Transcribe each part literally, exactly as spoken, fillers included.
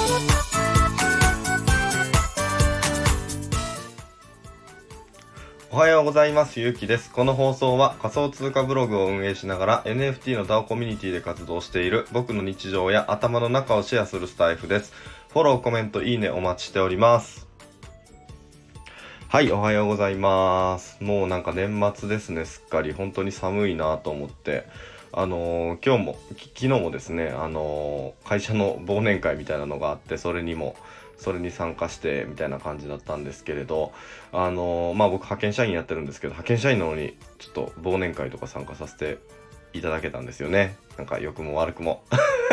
おはようございます。ゆうきです。この放送は仮想通貨ブログを運営しながら エヌエフティー の ダオ コミュニティで活動している僕の日常や頭の中をシェアするスタイフです。フォロー、コメント、いいねお待ちしております。はい、おはようございます。もうなんか年末ですね、すっかり。本当に寒いなと思って。あのー、今日も、昨日もですね、あのー、会社の忘年会みたいなのがあって、それにも、それに参加してみたいな感じだったんですけれど、あのー、まあ僕派遣社員やってるんですけど、派遣社員なのにちょっと忘年会とか参加させていただけたんですよね。なんか良くも悪くも。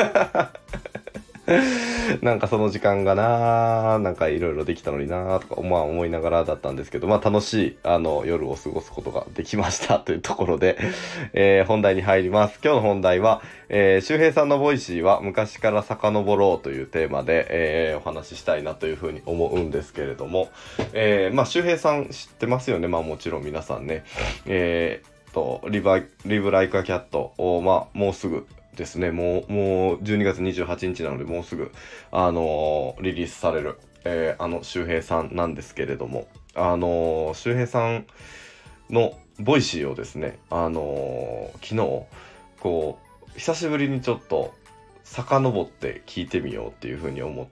なんかその時間がなーなんかいろいろできたのになーとかまあ思いながらだったんですけど、まあ楽しいあの夜を過ごすことができましたというところで、えー、本題に入ります。今日の本題は、えー、周平さんのボイシーは昔から遡ろうというテーマで、えー、お話ししたいなというふうに思うんですけれども、えー、まあ周平さん知ってますよね。まあもちろん皆さんね、えー、とリバリブライクアキャットをまあもうすぐですね、もう、もうじゅうにがつにじゅうはちにちなので、もうすぐ、あのー、リリースされる、えー、あの、周平さんなんですけれども、あのー、周平さんのボイシーをですね、あのー、昨日、こう、久しぶりにちょっと、遡って聞いてみようっていうふうに思って、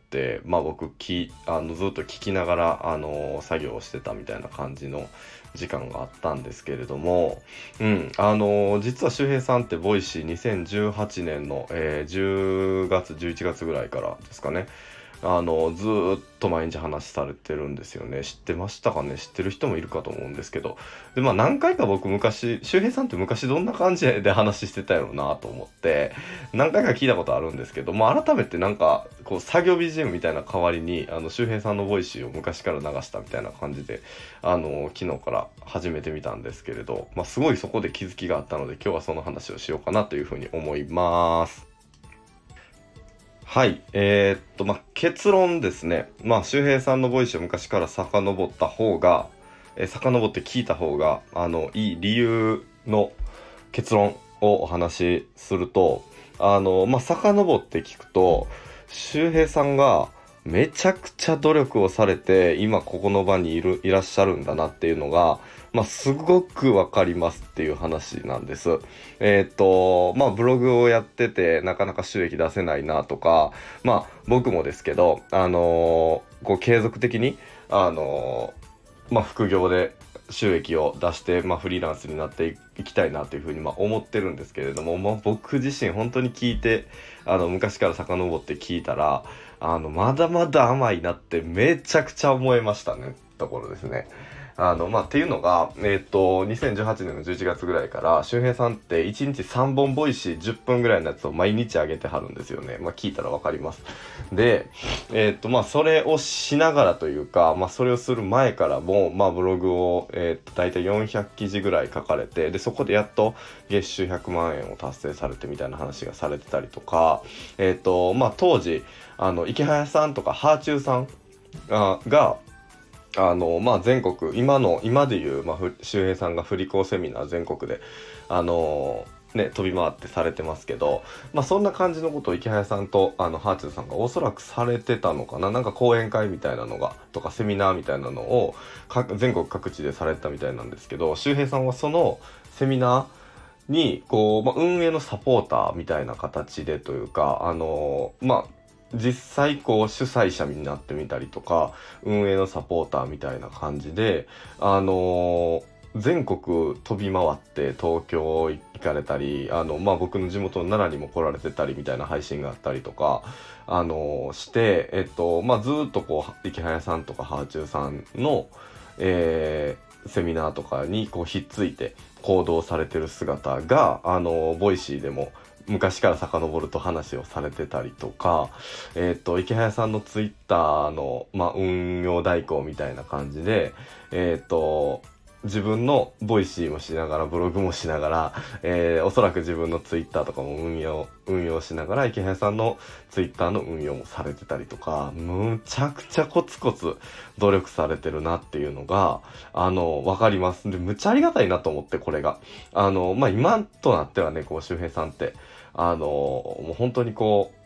まあ僕きあのずっと聞きながら、あのー、作業をしてたみたいな感じの時間があったんですけれども、うん、あのー、実は周平さんってボイシーにせんじゅうはちねんの、えー、じゅうがつじゅういちがつぐらいからですかね、あのずーっと毎日話されてるんですよね。知ってましたかね。知ってる人もいるかと思うんですけど、でまあ何回か僕昔周平さんって昔どんな感じで話してたやろうなと思って何回か聞いたことあるんですけど、まあ改めてなんかこう作業 ビージーエム みたいな代わりにあの周平さんのボイシーを昔から流したみたいな感じであの昨日から始めてみたんですけれど、まあすごいそこで気づきがあったので今日はその話をしようかなというふうに思います。はい。えーっと、まあ、結論ですね。まあ、周平さんのボイスを昔から遡った方が、えー、遡って聞いた方が、あの、いい理由の結論をお話しすると、あの、まあ、遡って聞くと、周平さんがめちゃくちゃ努力をされて、今ここの場にいる、いらっしゃるんだなっていうのが、まあ、すごくわかりますっていう話なんです。えっと、まあ、ブログをやってて、なかなか収益出せないなとか、まあ、僕もですけど、あのーこう、継続的に、あのーまあ、副業で収益を出して、まあ、フリーランスになっていきたいなというふうに、まあ、思ってるんですけれども、まあ、僕自身本当に聞いて、あの、昔から遡って聞いたら、あの、まだまだ甘いなってめちゃくちゃ思いましたね、ところですね。あの、まあ、っていうのが、えっと、にせんじゅうはちねんのじゅういちがつぐらいから、周平さんっていちにちさんぼんボイシーじゅっぷんぐらいのやつを毎日上げてはるんですよね。まあ、聞いたらわかります。で、えっと、まあ、それをしながらというか、まあ、それをする前からも、まあ、ブログを、えっと、だいたいよんひゃくきじぐらい書かれて、で、そこでやっと月収ひゃくまんえんを達成されてみたいな話がされてたりとか、えっと、まあ、当時、あの、池早さんとか、ハーチューさんあが、あの、まあ、全国、今の、今でいう、まあ、ふ周平さんが振り子セミナー全国で、あのね、飛び回ってされてますけど、まあ、そんな感じのことを池早さんと、あの、ハーチューさんがおそらくされてたのかな。なんか講演会みたいなのが、とかセミナーみたいなのを、全国各地でされてたみたいなんですけど、周平さんはそのセミナーに、こう、まあ、運営のサポーターみたいな形でというか、あのまあ、実際こう主催者になってみたりとか運営のサポーターみたいな感じであのー全国飛び回って東京行かれたりあのまあ僕の地元の奈良にも来られてたりみたいな配信があったりとかあのーしてえっとまあずーっとこう池早さんとかハーチューさんのえーセミナーとかにこうひっついて行動されてる姿があのボイシーでも昔から遡ると話をされてたりとか、えっと、池早さんのツイッターの、まあ、運用代行みたいな感じで、えっと、自分のボイシーもしながら、ブログもしながら、えー、おそらく自分のツイッターとかも運用、運用しながら、池早さんのツイッターの運用もされてたりとか、むちゃくちゃコツコツ努力されてるなっていうのが、あの、わかります。で、むちゃありがたいなと思って、これが。あの、まあ、今となってはね、こう、周平さんって、あのもう本当にこ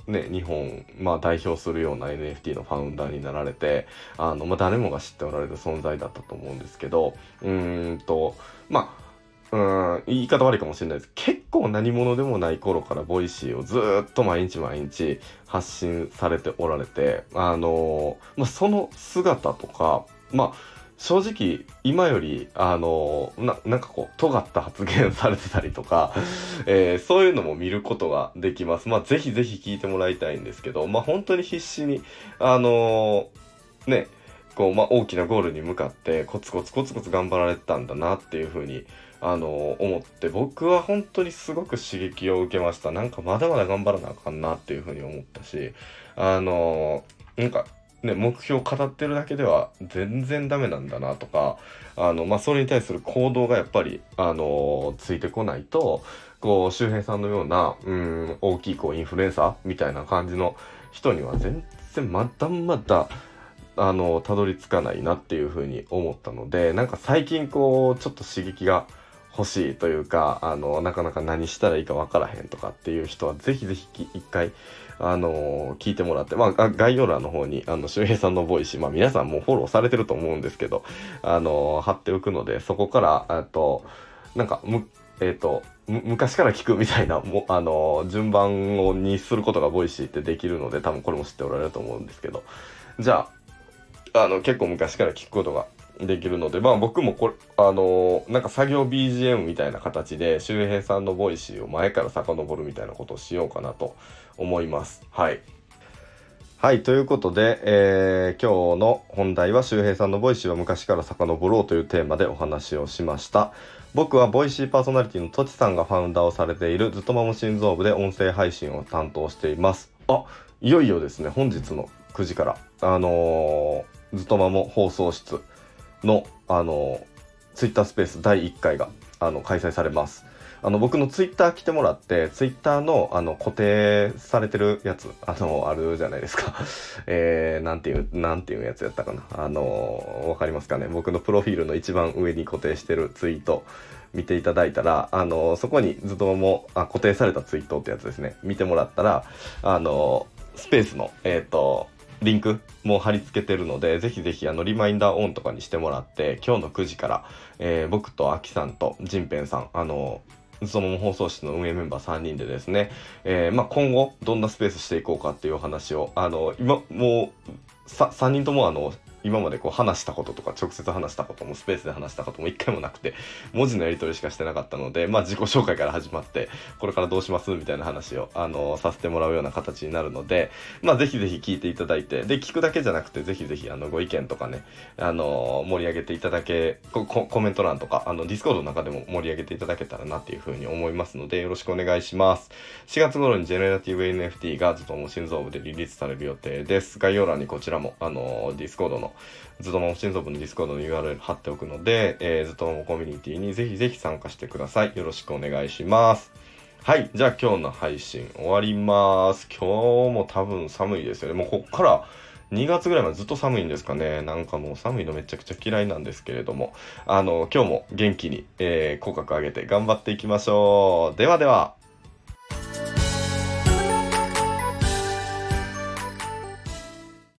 ね、日本、まあ、代表するような エヌエフティー のファウンダーになられて、あの、まあ、誰もが知っておられる存在だったと思うんですけど、うーんと、まあ、うーん、言い方悪いかもしれないです。結構何者でもない頃からボイシーをずーっと毎日毎日発信されておられて、あのまあ、その姿とか、まあ、正直今よりあのな、なんかこう尖った発言されてたりとか、えーそういうのも見ることができます。まあぜひぜひ聞いてもらいたいんですけど、まあ本当に必死にあのね、こう、まあ、大きなゴールに向かってコツコツコツコツ頑張られてたんだなっていうふうに、あの思って、僕は本当にすごく刺激を受けました。なんかまだまだ頑張らなあかんなっていうふうに思ったし、あのなんかね、目標を語ってるだけでは全然ダメなんだなとか、あの、まあ、それに対する行動がやっぱり、あのついてこないと、こう、周平さんのような、うん、大きいこうインフルエンサーみたいな感じの人には全然まだまだ、あのたどり着かないなっていうふうに思ったので、なんか最近こうちょっと刺激が欲しいというか、あのなかなか何したらいいかわからへんとかっていう人はぜひぜひき一回あの聞いてもらって、まあ、あ概要欄の方にあの周平さんのボイシー、まあ、皆さんもうフォローされてると思うんですけど、あの貼っておくので、そこからあとなんかむえっ、とむ昔から聞くみたいなもあの順番をにすることがボイシーってできるので、多分これも知っておられると思うんですけど、じゃああの結構昔から聞くことができるので、まあ僕もこれあのーなんか作業 ビージーエム みたいな形で周平さんのボイシーを前から遡るみたいなことをしようかなと思います。はい。はい、ということで、えー今日の本題は周平さんのボイシーは昔から遡ろうというテーマでお話をしました。僕はボイシーパーソナリティのとちさんがファウンダーをされているずっとまも心臓部で音声配信を担当しています。あ、いよいよですね、本日のくじからあのーずっとまも放送室の、あのツイッタースペースだいいっかいがあの開催されます。あの僕のツイッター来てもらって、ツイッターのあの固定されてるやつ、あのあるじゃないですか。えー、なんていうなんていうやつやったかな。あのわかりますかね。僕のプロフィールの一番上に固定してるツイート見ていただいたら、あのそこにずっともあ固定されたツイートってやつですね。見てもらったら、あのスペースのえっ、とリンクも貼り付けてるので、ぜひぜひあのリマインダーオンとかにしてもらって、今日のくじから、えー僕とアキさんとジンペンさん、あのその放送室の運営メンバーさんにんでですね、えーまあ、今後どんなスペースしていこうかっていうお話を、あの今もうささんにんともあの今までこう話したこととか直接話したこともスペースで話したことも一回もなくて、文字のやり取りしかしてなかったので、まあ自己紹介から始まってこれからどうしますみたいな話をあのさせてもらうような形になるので、まあぜひぜひ聞いていただいて、で聞くだけじゃなくてぜひぜひあのご意見とかね、あの盛り上げていただけココメント欄とかあのディスコードの中でも盛り上げていただけたらなっていうふうに思いますので、よろしくお願いします。しがつ頃にジェネラティブ エヌエフティー がずっとも心臓部でリリースされる予定です。概要欄にこちらもあのディスコードのずっとも心臓部のディスコードの ユーアールエル 貼っておくので、えー、ずっともコミュニティにぜひぜひ参加してください。よろしくお願いします。はい。じゃあ今日の配信終わります。今日も多分寒いですよね。もうこっからにがつぐらいまでずっと寒いんですかね。なんかもう寒いのめちゃくちゃ嫌いなんですけれども、あの、今日も元気に、えー、口角上げて頑張っていきましょう。ではでは。